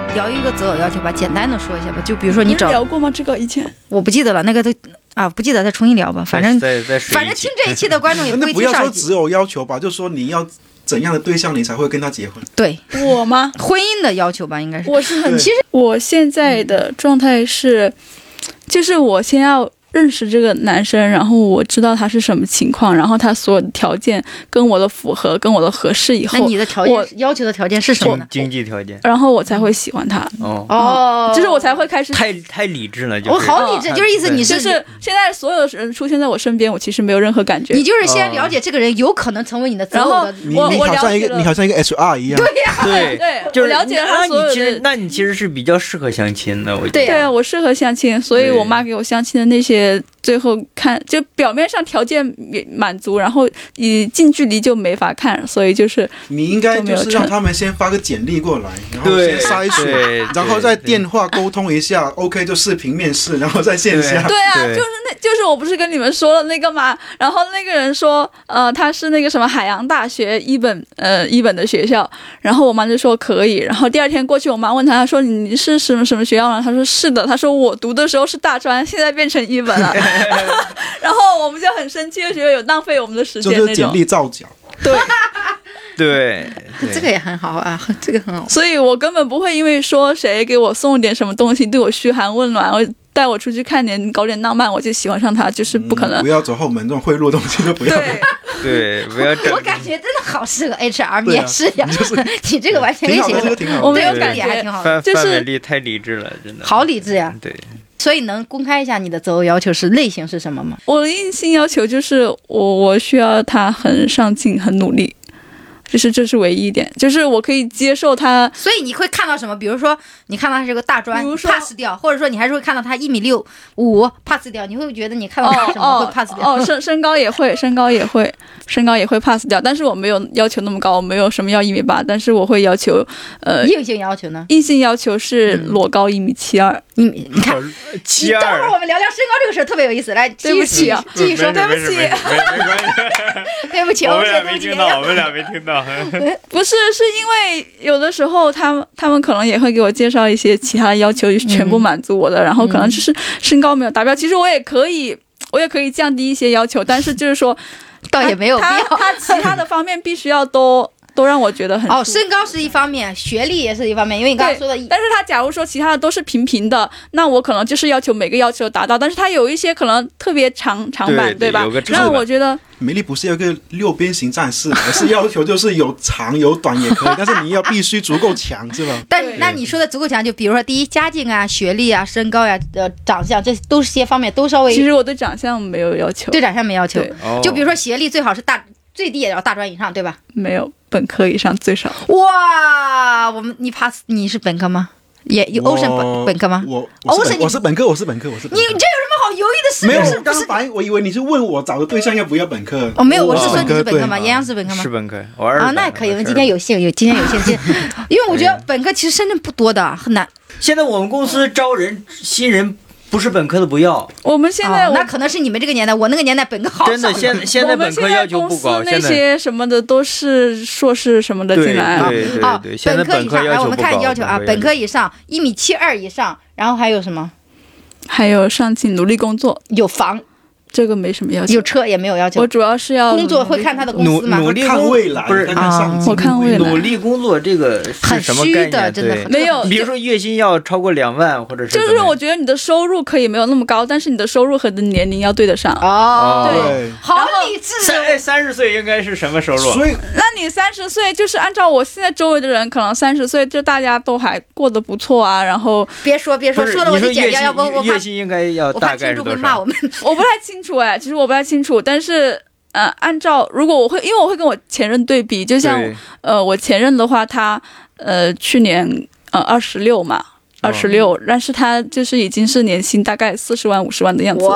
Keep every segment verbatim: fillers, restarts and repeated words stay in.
聊一个择偶要求吧，简单的说一下吧。就比如说你找聊过吗？这个以前我不记得了，那个都啊不记得，再重新聊吧。反正再再反正听这一期的观众也不会那不要听上一期。 说择偶要求吧，就说你要怎样的对象你才会跟他结婚？ 对， 我吗？ 婚姻的要求吧，应该是。 我是很， 对其实我现在的状态是，就是我先要认识这个男生，然后我知道他是什么情况，然后他所有的条件跟我的符合，跟我的合适以后， 那你的条我件要求的条件是什么呢？ 经济条件然后我才会喜欢他。 哦， 哦， 就是我才会开始。 太太理智了，就是我好理智，就是意思你就是是现在所有的人出现在我身边，我其实没有任何感觉。 你就是先了解这个人有可能成为你的择偶的。 你我我你好像一了解了个你好像一个 H R 一样。 对呀、 对对， 就是我了解了他所有那你其实的。 那你其实是比较适合相亲的，我觉得。 对对啊，我适合相亲，所以对我妈给我相亲的那些，最后看就表面上条件满足，然后以近距离就没法看，所以就是你应该就是让他们先发个简历过来，然后先筛选， 对， 然后再电话沟通一下 ，OK 就视频面试，然后在线下。 对啊， 对就是那，就是我不是跟你们说了那个吗？然后那个人说，呃，他是那个什么海洋大学一本，呃，一本的学校。然后我妈就说可以。然后第二天过去，我妈问他，她说你是什么什么学校呢？他说是的。他说我读的时候是大专，现在变成一本了。然后我们就很生气，就觉得有浪费我们的时间那种。 就是简历造假。 对。 对，对这个也很好啊，这个很好。 所以我根本不会因为说谁给我送点什么东西，对我嘘寒问暖，我带我出去看点搞点浪漫，我就喜欢上他，就是不可能。 嗯、不要走后门，这种贿赂东西就不要。 对对，不要整。 我感觉真的好适合 H R 面试呀！ 啊、就是你这个完全可以写的，挺好的， 我没有感觉， 还挺好的， 就是范伟丽太理智了，真的。 好理智呀！ 对。 所以能公开一下你的择偶要求是类型是什么吗？ 我的硬性要求就是我我需要他很上进、很努力。就是这是唯一一点，就是我可以接受他。 所以你会看到什么？比如说，你看到他是个大专 pass 掉，或者说你还是会看到他一米六五 pass 掉，你会觉得你看到他什么会 pass 掉？ 哦，哦哦身身高也会，身高也会，身高也会 pass 掉。但是我没有要求那么高，我没有什么要一米八，但是我会要求，呃， 硬性要求呢？ 硬性要求是裸高一米七二。 你你看， 七二。 等会儿我们聊聊身高这个事儿特别有意思。来， 对不起啊， 继续说， 对不起， 没关系， 对不起， 我们俩没听到，我们俩没听到。 不是，是因为有的时候他们他们可能也会给我介绍一些其他的要求，全部满足我的，嗯、然后可能就是身高没有达标。其实我也可以，我也可以降低一些要求，但是就是说， 倒也没有必要。 他他其他的方面必须要都。都让我觉得很哦，身高是一方面，学历也是一方面，因为你刚刚说的。 但是他假如说其他的都是平平的，那我可能就是要求每个要求达到，但是他有一些可能特别长长板， 对, 对吧？那我觉得美丽不是有个六边形战士，而是要求就是有长有短也可以，但是你要必须足够强，是吧？ 但那你说的足够强，就比如说第一家境啊、学历啊、身高呀、啊、呃长相，这都是些方面都稍微。 其实我对长相没有要求， 对长相没要求， 哦、 就比如说学历最好是大。最低也要大专以上，对吧？ 没有，本科以上最少。 哇，我们你 pass 你是本科吗？也有 Ocean 本本科吗？ 我我是我是本科，我是本科，我是本科。 你这有什么好犹豫的事？ 没有，刚刚反应我以为你是问我找的对象要不要本科。 哦，没有，我是说你是本科吗？严阳是本科吗？ 是本科，我二。 啊，那也可以，我们今天有幸有今天有幸，今因为我觉得本科其实深圳不多的，很难。 现在我们公司招人新人。不是本科的不要， 我们现在、 哦、那可能是你们这个年代，我那个年代本科好少。 真的，现现在本科要求不高， 那些什么的都是硕士什么的进来啊。 对对对啊， 本科以上，来我们看要求啊，本科以上一米七二以上，然后还有什么？ 还有上进努力工作， 有房。 这个没什么要求， 有车也没有要求。 我主要是要工作会看他的公司吗？ 努力看未来， 不是啊， 我看未来。 努力工作这个是什么概念？ 的真的没有。 比如说月薪要超过两万，或者是就是我觉得你的收入可以没有那么高，但是你的收入和你的年龄要对得上。 哦， 对， 好理智。 三三十岁应该是什么收入？ 所以， 那你三十岁就是按照我现在周围的人，可能三十岁就大家都还过得不错啊。然后别说别说，说了我就剪掉，要不我月薪应该要大概是多少？ 骂我们， 我不太清楚哎，其实我不太清楚，但是呃，按照如果我会，因为我会跟我前任对比，就像呃，我前任的话，他呃去年呃二十六嘛。二十六，但是他就是已经是年薪大概四十万五十万的样子。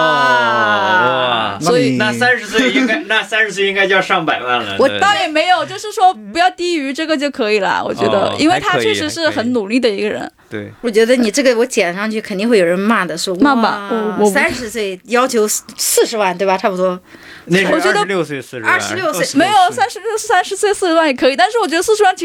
哇！ 所以那三十岁应该，那三十岁应该就要上百万了。 我倒也没有，就是说不要低于这个就可以了。我觉得，因为他确实是很努力的一个人。 对， 我觉得你这个我剪上去肯定会有人骂的，说骂吧，我我三十岁要求四十万，对吧？差不多。 那是二十六岁四十万， 二十六岁没有三十六三十岁四十万也可以，但是我觉得四十万其实。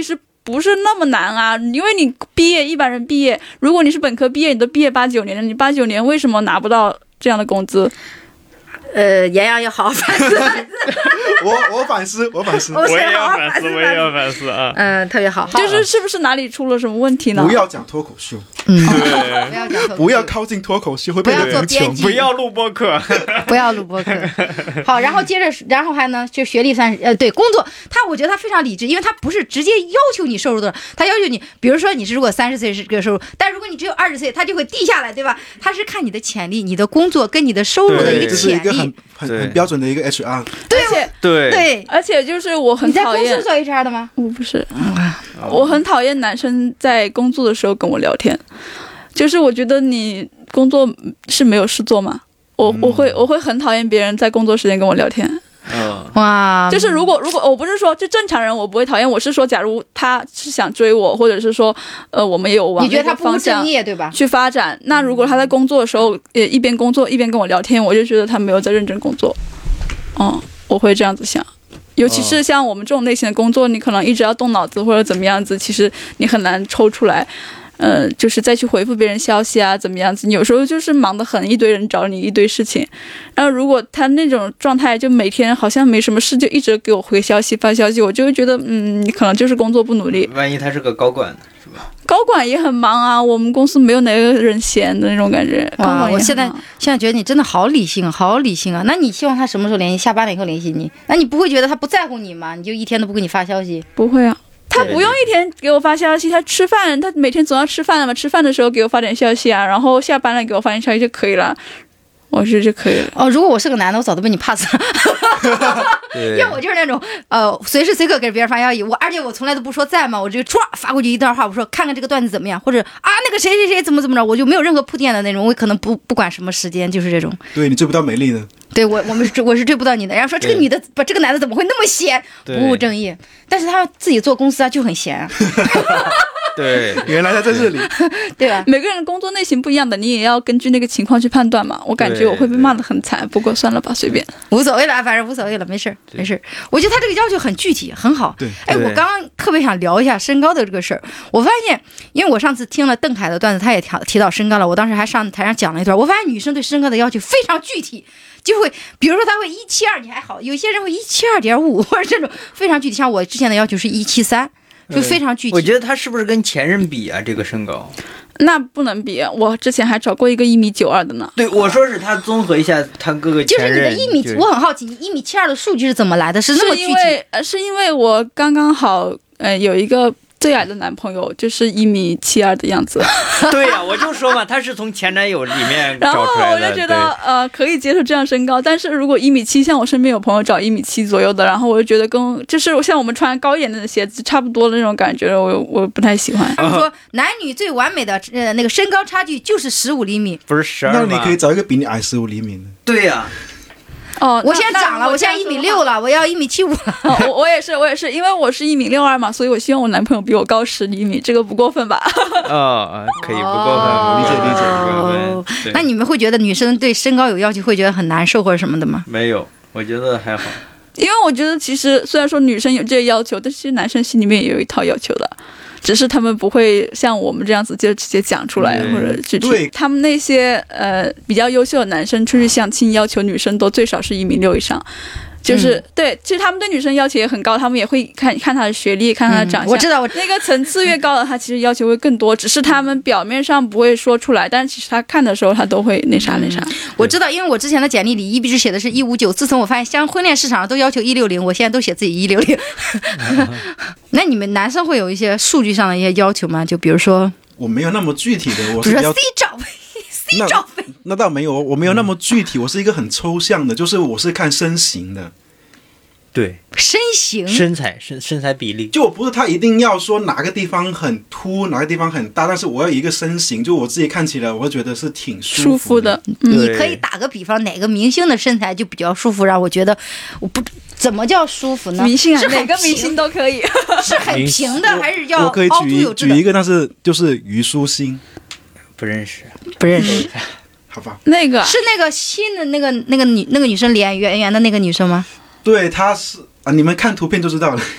不是那么难啊，因为你毕业，一般人毕业，如果你是本科毕业，你都毕业八九年了，你八九年为什么拿不到这样的工资？ 呃，洋洋要好好反思。 我我反思，我反思， 我也要反思，我也要反思啊。 嗯，特别好， 就是是不是哪里出了什么问题呢？ 不要讲脱口秀， 嗯， 对， 不要讲脱口秀， 不要靠近脱口秀，会被不要做人穷。 编辑， 不要录播客， 不要录播客。好，然后接着，然后还呢，就学历算是呃，对工作，他我觉得他非常理智，因为他不是直接要求你收入多少，他要求你，比如说你是如果三十岁是这个收入，但如果你只有二十岁，他就会低下来，对吧？他是看你的潜力、你的工作跟你的收入的一个这是一潜力。 个很很很标准的一个 H R。 对， 而且对对， 而且就是我很你在讨厌， 公司做 H R 的吗？ 我不是，我很讨厌男生在工作的时候跟我聊天，就是我觉得你工作是没有事做嘛，我我会我会很讨厌别人在工作时间跟我聊天。 嗯， 哇， 就是如果如果我不是说就正常人我不会讨厌，我是说假如他是想追我，或者是说呃我们有往你觉得他不务那个方向正业对吧？ 去发展，那如果他在工作的时候也一边工作一边跟我聊天，我就觉得他没有在认真工作。嗯，我会这样子想。尤其是像我们这种类型的工作，你可能一直要动脑子或者怎么样子，其实你很难抽出来。呃，就是再去回复别人消息啊，怎么样子？你有时候就是忙得很，一堆人找你一堆事情。然后如果他那种状态，就每天好像没什么事，就一直给我回消息、发消息，我就会觉得，嗯，你可能就是工作不努力。 万一他是个高管呢，是吧？ 高管也很忙啊，我们公司没有哪个人闲的那种感觉。高哇， 管也很我现在忙现在觉得你真的好理性，好理性啊！那你希望他什么时候联系？下班了以后联系你？那你不会觉得他不在乎你吗？你就一天都不给你发消息？ 不会啊。他不用一天给我发消息，他吃饭，他每天总要吃饭了嘛，吃饭的时候给我发点消息啊，然后下班了给我发点消息就可以了，我觉得就可以了。 哦，如果我是个男的，我早都被你 pass 了。 对， 要我就是那种呃，随时随刻给别人发消息，我而且我从来都不说在吗？我就唰发过去一段话，我说看看这个段子怎么样，或者啊那个谁谁谁怎么怎么着，我就没有任何铺垫的那种，我可能不不管什么时间，就是这种。 对你追不到美丽的。 对我我们是我是追不到你的。然后说这个女的不这个男的怎么会那么闲，不务正业？但是他自己做公司啊就很闲啊。 对， 原来他在这里。 对吧？ 每个人的工作类型不一样的，你也要根据那个情况去判断嘛。我感觉我会被骂得很惨，不过算了吧，随便。 无所谓了，反正无所谓了，没事没事。我觉得他这个要求很具体，很好。 对， 哎，我刚刚特别想聊一下身高的这个事儿。我发现，因为我上次听了邓凯的段子，他也提提到身高了。我当时还上台上讲了一段，我发现女生对身高的要求非常具体。就会，比如说他会一七二，你还好；有些人会一七二点五，或者这种非常具体。像我之前的要求是一七三，就非常具体。 我觉得他是不是跟前任比啊？这个身高？ 那不能比，我之前还找过一个一米九二的呢。 对，我说是他综合一下他各个前任。 就是你的一米，就是、我很好奇，你一米七二的数据是怎么来的？是那么具体？ 是因为呃，是因为我刚刚好呃有一个。最矮的男朋友就是一米七二的样子。 对呀、啊，我就说嘛，他是从前男友里面找出来的。 然后我就觉得呃可以接受这样身高，但是如果一米七，像我身边有朋友找一米七左右的，然后我就觉得跟就是像我们穿高一点的鞋子差不多的那种感觉，我我不太喜欢。 他们说男女最完美的呃那个身高差距就是十五厘米， 不是十二吗？ 那你可以找一个比你矮十五厘米的。 对呀、 啊。 啊。 哦， 我现在长了，我现在一米六了，我要一米七五了。 哦、我我也是，我也是，因为我是一米六二嘛，所以我希望我男朋友比我高十厘米，这个不过分吧？ 哦，可以，不过分， 哦、 理解理解，不过分。 那你们会觉得女生对身高有要求，会觉得很难受或者什么的吗？ 没有，我觉得还好。 因为我觉得其实虽然说女生有这个要求，但是男生心里面也有一套要求的。只是他们不会像我们这样子就直接讲出来，或者具体。他们那些呃比较优秀的男生出去相亲，要求女生都最少是一米六以上。就是、嗯、对，其实他们对女生要求也很高，他们也会看看她的学历，看她的长相。嗯、 我知道，我那个层次越高的，他其实要求会更多，只是他们表面上不会说出来，但其实他看的时候，他都会那啥那啥。 嗯、我知道，因为我之前的简历里一直写的是一五九，自从我发现像婚恋市场上都要求一六零，我现在都写自己一六零。那你们男生会有一些数据上的一些要求吗？就比如说， 我没有那么具体的，我是要 C 罩杯。C 罩杯那, 那倒没有，我没有那么具体，我是一个很抽象的，就是我是看身形的。 对， 身形、 身材、身身材比例， 就我不是他一定要说哪个地方很凸，哪个地方很大，但是我要一个身形，就我自己看起来，我会觉得是挺舒服的。 舒服的你可以打个比方，哪个明星的身材就比较舒服，让我觉得我不怎么叫舒服呢？ 明星啊， 是哪个明星都可以， 是很平的，还是要我可以举一举一个，但是就是虞书欣， 不认识， 不认识。 好吧， 那个是那个新的那个那个女那个女生脸圆圆的那个女生吗？ 对，她是啊，你们看图片就知道了。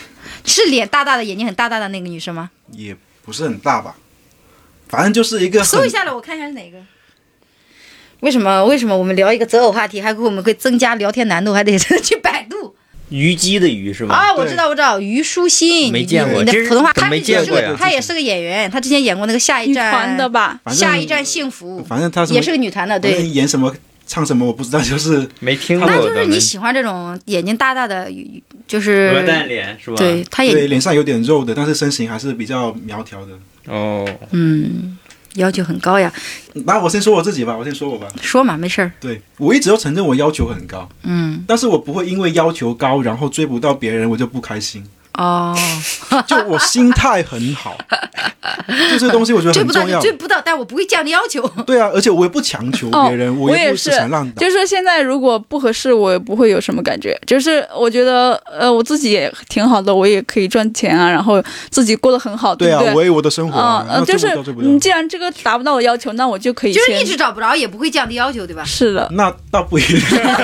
是脸大大的，眼睛很大大的那个女生吗？ 也不是很大吧，反正就是一个很。 搜一下了，我看一下是哪个。为什么？为什么我们聊一个择偶话题，还给我们会增加聊天难度，还得去百度？ 虞姬的虞是吧？ 啊，我知道，我知道，虞书欣， 没见过， 你的普通话，他没见过呀。 他也是个演员，他之前演过那个下一站女团的吧？ 下一站幸福， 反正他也是个女团的，对。 演什么唱什么我不知道，就是没听过。 那就是你喜欢这种眼睛大大的，就是鹅蛋脸是吧？ 对，他也对脸上有点肉的，但是身形还是比较苗条的。 哦， 嗯。要求很高呀， 那我先说我自己吧，我先说我吧。 说嘛，没事儿。 对，我一直都承认我要求很高， 嗯， 但是我不会因为要求高，然后追不到别人，我就不开心。 哦， 就我心态很好，就这个东西我觉得很重要。 追不到就追不到，但我不会降低要求。 对啊，而且我也不强求别人， 哦、 我也不是想让。 就是现在如果不合适，我也不会有什么感觉。就是我觉得，呃，我自己也挺好的，我也可以赚钱啊，然后自己过得很好，对不对？ 对啊，我有我的生活啊。 嗯、呃，就是你既然这个达不到我要求，那我就可以就是一直找不着，也不会降低要求，对吧？ 是的， 那倒不一定。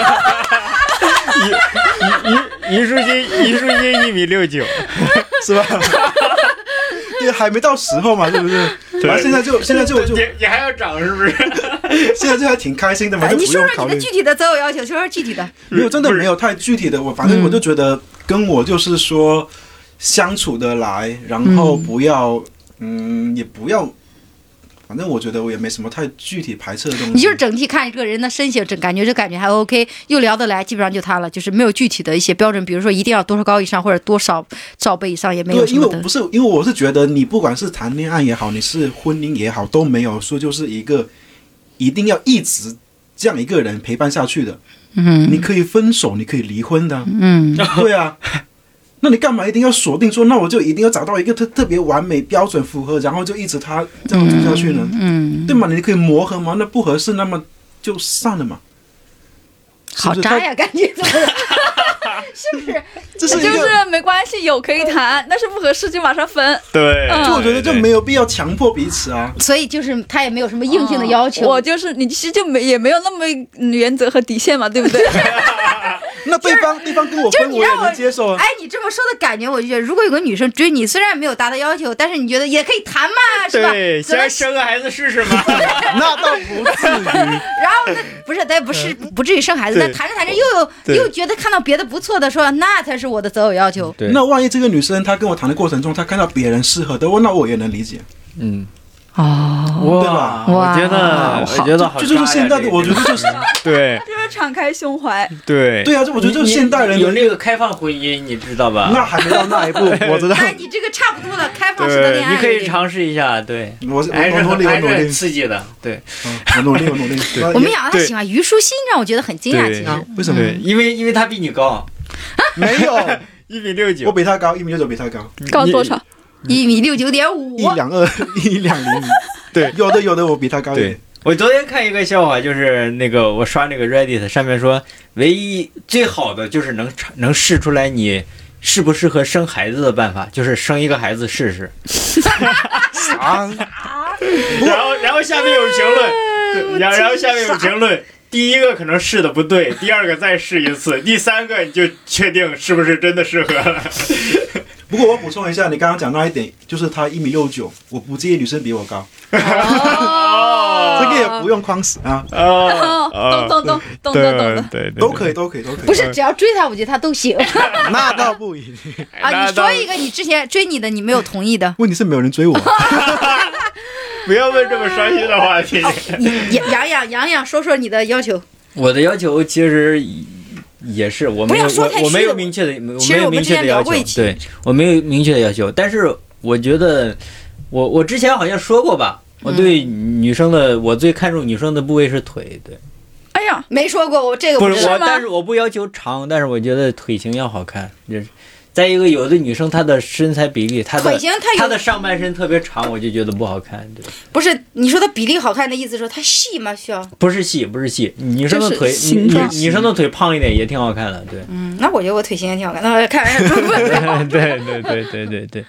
虞虞书欣，虞书欣一米六九， 是吧？对，还没到时候嘛，对不对？反正现在就现在就就你你还要涨是不是？ 现在就还挺开心的嘛，就不用考虑。 你说说你的具体的择偶要求，说说具体的。 没有，真的没有太具体的。我反正我就觉得跟我就是说相处得来，然后不要嗯，也不要。反正我觉得我也没什么太具体排斥的东西。 你就是整体看这个人的身形，整感觉这感觉还 OK， 又聊得来，基本上就他了，就是没有具体的一些标准，比如说一定要多少高以上或者多少罩杯以上，也没有什么的。 对，因为不是，因为我是觉得你不管是谈恋爱也好，你是婚姻也好，都没有说就是一个一定要一直这样一个人陪伴下去的。 嗯， 你可以分手，你可以离婚的。 嗯， 对啊。那你干嘛一定要锁定说，那我就一定要找到一个特特别完美标准符合，然后就一直他这样走下去呢？嗯，对嘛？你可以磨合嘛，那不合适，那么就散了嘛。 好渣呀，感觉怎么？是不是？ 这是就是没关系，有可以谈，但是不合适就马上分。 对， 嗯、 就我觉得就没有必要强迫彼此啊。 所以就是他也没有什么硬性的要求。 哦、我就是你，其实就没也没有那么原则和底线嘛，对不对？ 那对方、就是、对方跟我分，我也能接受啊。 哎，你这么说的感觉，我就觉得，如果有个女生追你，虽然没有达到要求，但是你觉得也可以谈嘛，是吧？ 对，先生个孩子试试嘛。 那倒不至于。 然后那不是，但不是不至于生孩子，但谈着谈着又有又觉得看到别的不错的，说那才是我的择偶要求。 那万一这个女生她跟我谈的过程中，她看到别人适合的，那我也能理解。 嗯。 哦， 对吧？ 我觉得，我觉得好， 这就是现代的，我觉得就是对， 就是敞开胸怀。 对， 对啊，这我觉得就是现代人有那个开放婚姻，你知道吧？ 那还没到那一步，我知道。 哎，你这个差不多了，开放式的恋爱， 你可以尝试一下。对， 我我还是努力，我努力， 刺激的。对， 我努力，我努力。 我没想到他喜欢虞书欣，让我觉得很惊讶。其实为什么？ 因为因为他比你高， 没有一米六九， 我比他高，一米六九比他高， 高多少？ 一米六九点五， 一两二，一两厘米。对，有的有的我比他高一点。 我昨天看一个笑话，就是那个我刷那个 Reddit 上面说，唯一最好的就是能能试出来你适不适合生孩子的办法，就是生一个孩子试试。 啊！ 然后然后下面有评论，然后然后下面有评论。第一个可能试的不对，第二个再试一次，第三个你就确定是不是真的适合了。 不过我补充一下，你刚刚讲到一点，就是他一米六九，我不介意女生比我高。 哦， 这个也不用框死啊。 哦，懂懂懂懂懂懂的， 对， 都可以都可以都可以。 不是，只要追他，我觉得他都行。 那倒不一定啊！你说一个你之前追你的，你没有同意的。 问题是没有人追我。 不要问这么伤心的话题。 洋洋洋洋，说说你的要求。 我的要求其实也是，我没有我我没有明确的，我没有明确的要求，对我没有明确的要求。但是我觉得，我我之前好像说过吧，我对女生的，我最看重女生的部位是腿，对。 哎呀， 没说过，我这个不是我，但是我不要求长，但是我觉得腿型要好看，就是。再一个，有的女生她的身材比例，她的她的上半身特别长，我就觉得不好看。对， 不是你说她比例好看的意思，说她细吗？需要？ 不是细，不是细，女生的腿，女女生的腿胖一点也挺好看的。对， 嗯，那我觉得我腿型也挺好看。那开玩笑， 对对对对对对。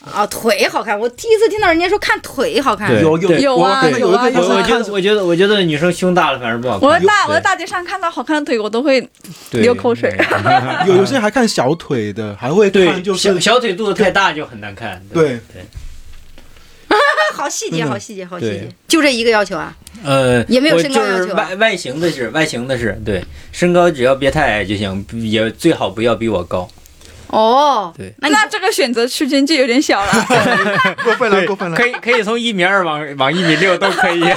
啊，腿好看，我第一次听到人家说看腿好看。 有有有啊有啊有啊！ 我觉得我觉得我觉得女生胸大了反而不好看。 我在大我在大街上看到好看的腿，我都会流口水。 有有些人还看小腿的，还会看就是小小腿肚子太大就很难看。 对对。 好细节，好细节，好细节，就这一个要求啊？ 呃， 也没有身高要求、啊。 就是外外形的是外形的是对，身高只要别太矮就行，也最好不要比我高。 哦， 对， 那那这个选择区间就有点小了， 过分了，过分了。 可以可以从一米二往往一米六都可以，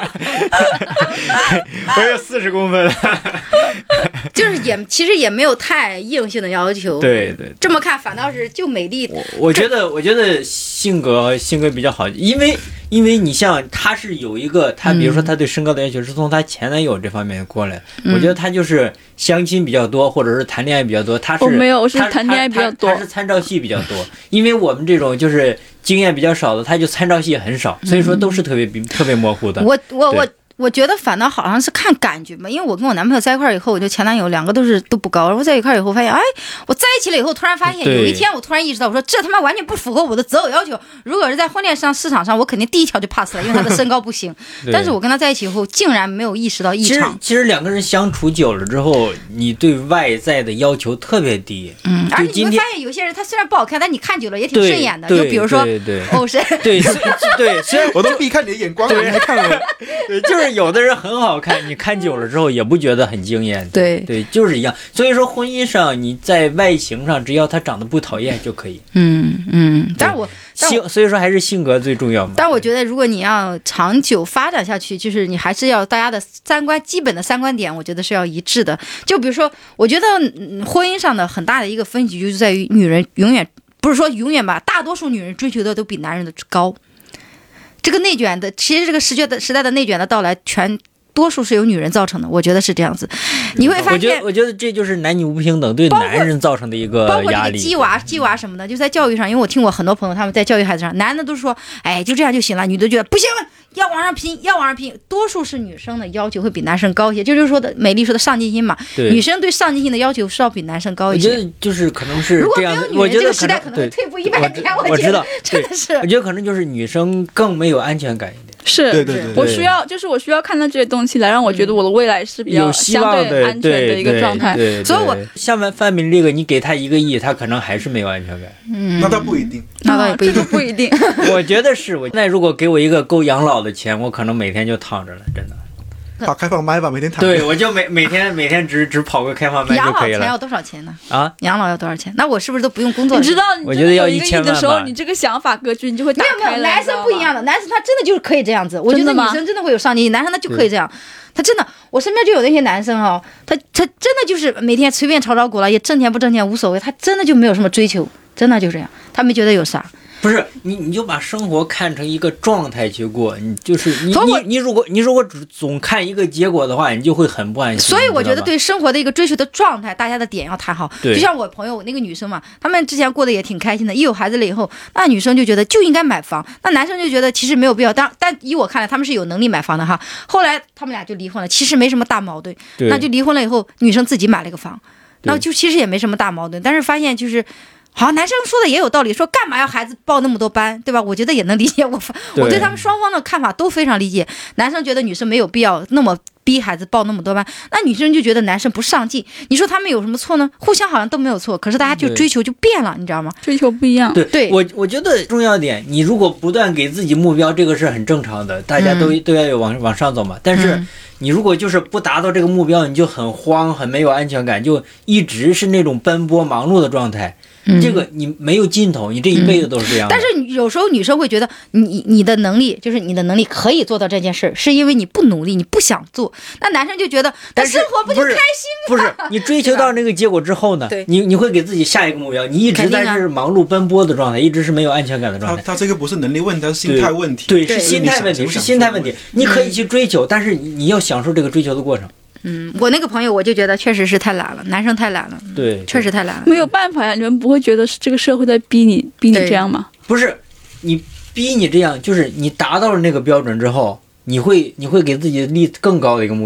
我有四十公分了。 就是也其实也没有太硬性的要求。 对对， 这么看反倒是就美丽。 我我觉得我觉得性格性格比较好，因为因为你像他是有一个他，比如说他对身高的要求是从他前男友这方面过来，嗯、我觉得他就是相亲比较多，或者是谈恋爱比较多。他是我没有，我是谈恋爱比较多， 他是参照系比较多。因为我们这种就是经验比较少的，他就参照系很少，所以说都是特别、嗯、特别模糊的。 我我我。我觉得反倒好像是看感觉吧，因为我跟我男朋友在一块儿以后，我就前男友两个都是都不高，然后在一块儿以后发现，哎，我在一起了以后，突然发现有一天我突然意识到，我说这他妈完全不符合我的择偶要求。如果是在婚恋上市场上，我肯定第一条就 pass 了，因为他的身高不行。但是我跟他在一起以后，竟然没有意识到异常。 其实其实两个人相处久了之后，你对外在的要求特别低。 嗯，而且你会发现有些人他虽然不好看，但你看久了也挺顺眼的。就比如说欧神， 对对，虽然我都避开你的眼光，你还看我。 对，就是有的人很好看，你看久了之后也不觉得很惊艳。 对对，就是一样。所以说婚姻上你在外形上，只要他长得不讨厌就可以。 嗯嗯，但是我性，所以说还是性格最重要嘛。 但我觉得如果你要长久发展下去，就是你还是要大家的三观基本的三观点，我觉得是要一致的。就比如说，我觉得、嗯、婚姻上的很大的一个分歧就是在于女人永远不是说永远吧，大多数女人追求的都比男人的高。这个内卷的，其实这个时代的时代的内卷的到来，全多数是由女人造成的，我觉得是这样子。你会发现， 我觉得我觉得这就是男女不平等对男人造成的一个压力。包括这个鸡娃、鸡娃什么的，就在教育上，因为我听我很多朋友他们在教育孩子上，男的都说，哎，就这样就行了，女的觉得不行，要往上拼，要往上拼。多数是女生的要求会比男生高一些，这就是说的美丽说的上进心嘛。女生对上进心的要求是要比男生高一些。 我觉得就是可能是这样的。 如果没有女人，这个时代可能会退步一百年。 我知道， 真的是。 我觉得可能就是女生更没有安全感一点。 是， 对对对， 我需要就是我需要看到这些东西来让我觉得我的未来是比较相对安全的一个状态。 对对对对， 所以我像范冰这个，你给他一个亿，他可能还是没有安全感。 嗯， 那倒不一定， 那倒也不一定， 不一定。 我觉得是我现在如果给我一个够养老的钱，我可能每天就躺着了，真的。 跑开放麦吧，每天躺。 对，我就每每天每天只只跑个开放麦就可以了。 养老钱要多少钱呢？ 啊， 养老要多少钱？那我是不是都不用工作？ 你知道， 我觉得要一千万的时候，你这个想法格局你就会打开了。 没有没有，男生不一样的，男生他真的就是可以这样子。我觉得女生真的会有上进心，男生他就可以这样。他真的，我身边就有那些男生哦，他他真的就是每天随便炒炒股了，也挣钱不挣钱无所谓，他真的就没有什么追求，真的就这样，他没觉得有啥。 不是你，你就把生活看成一个状态去过，你就是你你你如果你如果总看一个结果的话，你就会很不安心。 所以我觉得对生活的一个追求的状态，大家的点要谈好。就像我朋友那个女生嘛，他们之前过得也挺开心的，一有孩子了以后，那女生就觉得就应该买房，那男生就觉得其实没有必要。但但以我看来，他们是有能力买房的哈。后来他们俩就离婚了，其实没什么大矛盾。那就离婚了以后，女生自己买了个房，那就其实也没什么大矛盾。但是发现就是。好，男生说的也有道理，说干嘛要孩子报那么多班，对吧？我觉得也能理解，我我对他们双方的看法都非常理解。男生觉得女生没有必要那么逼孩子报那么多班，那女生就觉得男生不上进。你说他们有什么错呢？互相好像都没有错，可是大家就追求就变了，你知道吗？ 追求不一样。 对对， 我我觉得重要点，你如果不断给自己目标，这个是很正常的，大家都、嗯、都要有往往上走嘛。但是。嗯你如果就是不达到这个目标，你就很慌，很没有安全感，就一直是那种奔波忙碌的状态。嗯、这个你没有尽头，你这一辈子都是这样的、 嗯。但是有时候女生会觉得你你的能力就是你的能力可以做到这件事，是因为你不努力，你不想做。那男生就觉得，但生活不就开心吗？ 不是，你追求到那个结果之后呢？你你会给自己下一个目标，你一直在是忙碌奔波的状态，一直是没有安全感的状态。 他他这个不是能力问题，他是心态问题。 对，对是心态问题，是心态问题。你可以去追求，但是你要享受这个追求的过程。 嗯，我那个朋友我就觉得确实是太懒了，男生太懒了， 对， 确实太懒了， 没有办法呀。你们不会觉得是这个社会在逼你逼你这样吗？ 不是，你逼你这样，就是你达到了那个标准之后，你会你会给自己立更高的一个目标，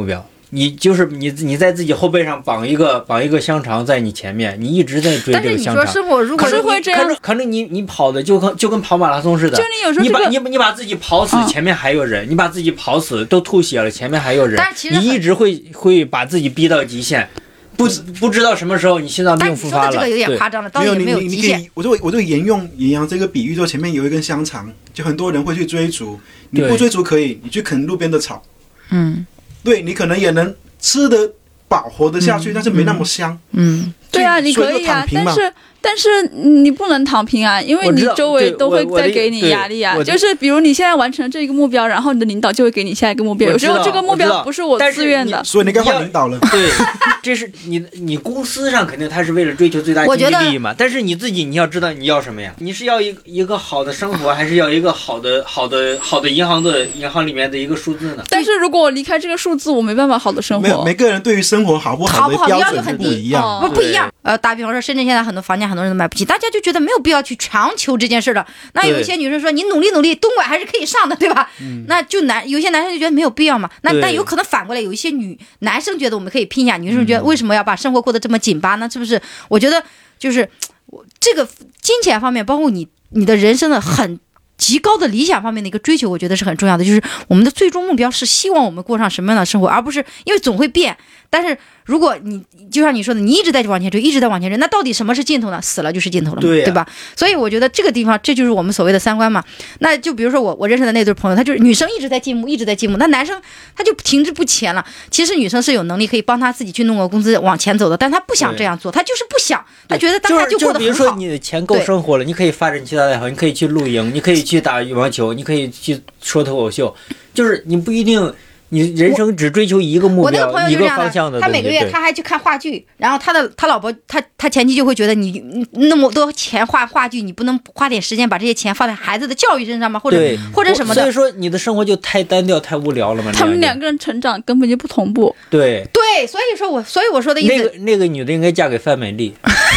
你就是你你在自己后背上绑一个绑一个香肠在你前面，你一直在追这个香肠。但是你说生活如果是会这样， 可能你你跑的就跟就跟跑马拉松似的， 就你有时候、 这个、你把你你把自己跑死，啊、前面还有人；你把自己跑死都吐血了，前面还有人。 但其实你一直会会把自己逼到极限。不不知道什么时候你心脏病复发了。 但你说的这个有点夸张了，到底没有极限。 我就我就沿用沿用这个比喻，就前面有一根香肠，就很多人会去追逐，你不追逐可以，你去啃路边的草， 嗯， 对你可能也能吃得饱活得下去，嗯、但是没那么香， 嗯， 对啊，你可以啊，但是。但是你不能躺平啊，因为你周围都会再给你压力啊。就是比如你现在完成了这一个目标，然后你的领导就会给你下一个目标。有时候这个目标不是我自愿的， 所以你该换领导了。 对，这是你你公司上肯定他是为了追求最大经济利益嘛。但是你自己你要知道你要什么呀？你是要一一个好的生活，还是要一个好的好的好的银行的银行里面的一个数字呢？ 但是如果我离开这个数字，我没办法好的生活。 没有，每个人对于生活好不好的标准很不一样， 不不一样。呃，打比方说，深圳现在很多房价很多人都买不起，大家就觉得没有必要去强求这件事了。那有一些女生说，你努力努力，东莞还是可以上的，对吧？嗯、那就男有些男生就觉得没有必要嘛。那但有可能反过来，有一些女男生觉得我们可以拼一下，女生觉得为什么要把生活过得这么紧巴呢？是不是？我觉得就是这个金钱方面，包括你你的人生的很极高的理想方面的一个追求，我觉得是很重要的。就是我们的最终目标是希望我们过上什么样的生活，而不是因为总会变。但是如果你就像你说的，你一直在往前追，一直在往前追，那到底什么是尽头呢？死了就是尽头了嘛， 对、啊、 对吧？所以我觉得这个地方，这就是我们所谓的三观嘛。那就比如说我我认识的那对朋友，他就是女生一直在进步，一直在进步，那男生他就停滞不前了。其实女生是有能力可以帮他自己去弄个工资往前走的，但他不想这样做，他就是不想，他觉得大家就过得很好。 就比如说你的钱够生活了，你可以发展其他爱好，你可以去露营，你可以去打羽毛球，你可以去说脱口秀，就是你不一定。你人生只追求一个目标， 我那个朋友一个方向的。 他每个月他还去看话剧，然后他的他老婆他他前妻就会觉得你那么多钱花话剧，你不能花点时间把这些钱放在孩子的教育身上吗？或者或者什么的。 所以说你的生活就太单调太无聊了嘛。 他们两个人成长根本就不同步。 对对，所以说我所以我说的意思， 那个那个女的应该嫁给范美丽。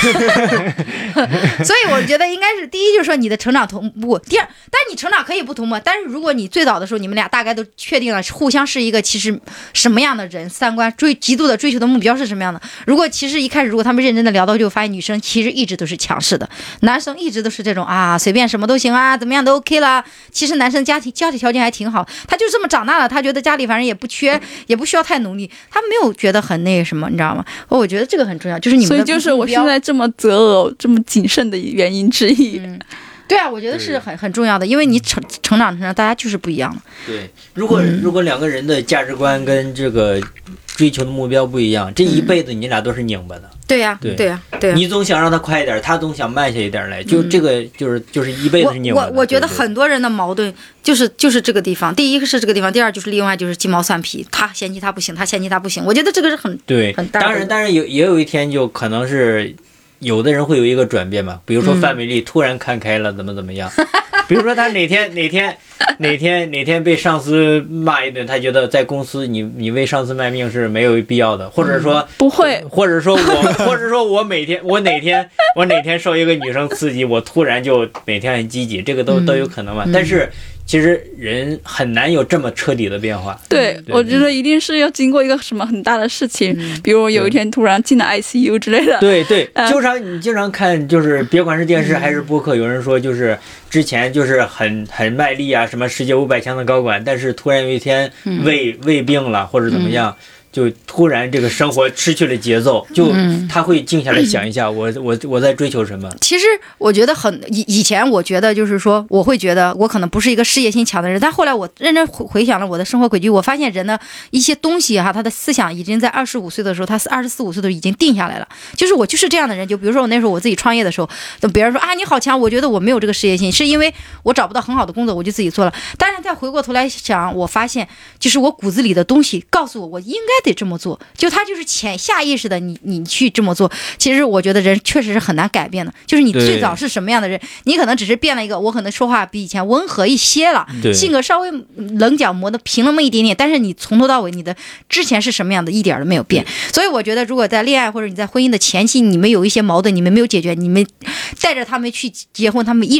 所以我觉得应该是第一就是说你的成长同步，第二，但是你成长可以不同步，但是如果你最早的时候你们俩大概都确定了互相是一个其实什么样的人，三观追极度的追求的目标是什么样的，如果其实一开始如果他们认真的聊到，就发现女生其实一直都是强势的，男生一直都是这种啊随便什么都行啊怎么样都 OK 啦。其实男生家庭家庭条件还挺好，他就这么长大了，他觉得家里反正也不缺，也不需要太努力，他没有觉得很那个什么，你知道吗？我觉得这个很重要，就是你们的目标。 所以就是我现在这么择偶这么谨慎的原因之一。 嗯，对啊，我觉得是很很重要的，因为你成成长成长，大家就是不一样了。 对，如果、嗯、如果两个人的价值观跟这个追求的目标不一样，这一辈子你俩都是拧巴的。嗯、 对呀、啊，对呀、啊，对、啊。 你总想让他快一点，他总想慢下一点来，就这个就是就是一辈子是拧巴的。 我我我觉得很多人的矛盾就是就是这个地方，第一个是这个地方，第二就是另外就是鸡毛蒜皮，他嫌弃他不行，他嫌弃他不行，我觉得这个是很对很大的。 当然，当然有也有一天就可能是。有的人会有一个转变嘛，比如说范美丽突然看开了，怎么怎么样？比如说他哪天哪天哪天哪天被上司骂一顿，他觉得在公司你你为上司卖命是没有必要的，或者说、 嗯、不会， 或者说我或者说我每天我哪天我哪天受一个女生刺激，我突然就每天很积极，这个都、嗯、都有可能嘛。但是其实人很难有这么彻底的变化。 对，对我觉得一定是要经过一个什么很大的事情，嗯、比如有一天突然进了 I C U 之类的。 对对，嗯、经常你经常看，就是别管是电视还是播客，有人说就是之前就是很很卖力啊，什么世界五百强的高管，但是突然有一天胃、嗯、胃病了或者怎么样。嗯就突然这个生活失去了节奏，就他会静下来想一下，嗯、我我我在追求什么。 其实我觉得很以以前我觉得就是说，我会觉得我可能不是一个事业心强的人，但后来我认真回想了我的生活轨迹，我发现人的一些东西哈，他的思想已经在二十五岁的时候，他是二十四五岁的时候已经定下来了。就是我就是这样的人，就比如说我那时候我自己创业的时候，等别人说啊你好强，我觉得我没有这个事业心，是因为我找不到很好的工作，我就自己做了。但是再回过头来想，我发现就是我骨子里的东西告诉我，我应该得这么做，就他就是潜下意识的你你去这么做。其实我觉得人确实是很难改变的，就是你最早是什么样的人，你可能只是变了一个，我可能说话比以前温和一些了，性格稍微棱角磨得平那么一点点，但是你从头到尾你的之前是什么样的一点都没有变。所以我觉得如果在恋爱或者你在婚姻的前期你们有一些矛盾你们没有解决，你们带着他们去结婚，他们依然是在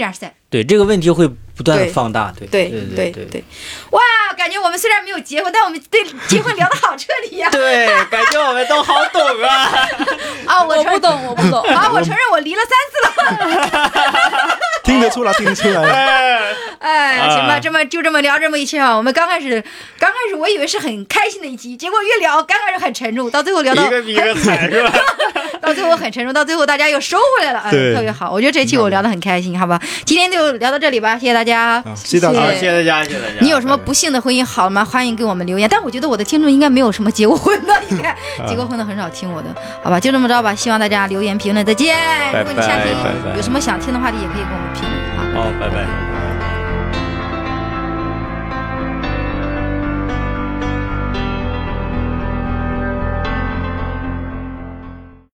对这个问题会不断的放大。对对对对 对, 对哇，感觉我们虽然没有结婚，但我们对结婚聊得好彻底呀、啊。 对，感觉我们都好懂啊。 啊，我我不懂，我不懂。 啊，我承认我离了三次了。 听得出来，听得出来。 哎，行吧，这么就这么聊这么一期啊。我们刚开始，刚开始我以为是很开心的一集，结果越聊刚开始很沉重，到最后聊到一个比一个惨是吧？ 到最后很沉重，到最后大家又收回来了，哎，特别好。我觉得这期我聊得很开心，好吧？今天就聊到这里吧，谢谢大家， 谢谢大家， 谢谢大家，谢谢大家。 你有什么不幸的婚姻好吗？欢迎给我们留言。但我觉得我的听众应该没有什么结过婚的，你看结过婚的很少听我的，好吧？就这么着吧，希望大家留言评论，再见。如果你下期有什么想听的话题，也可以跟我们评论。好， 好，拜拜。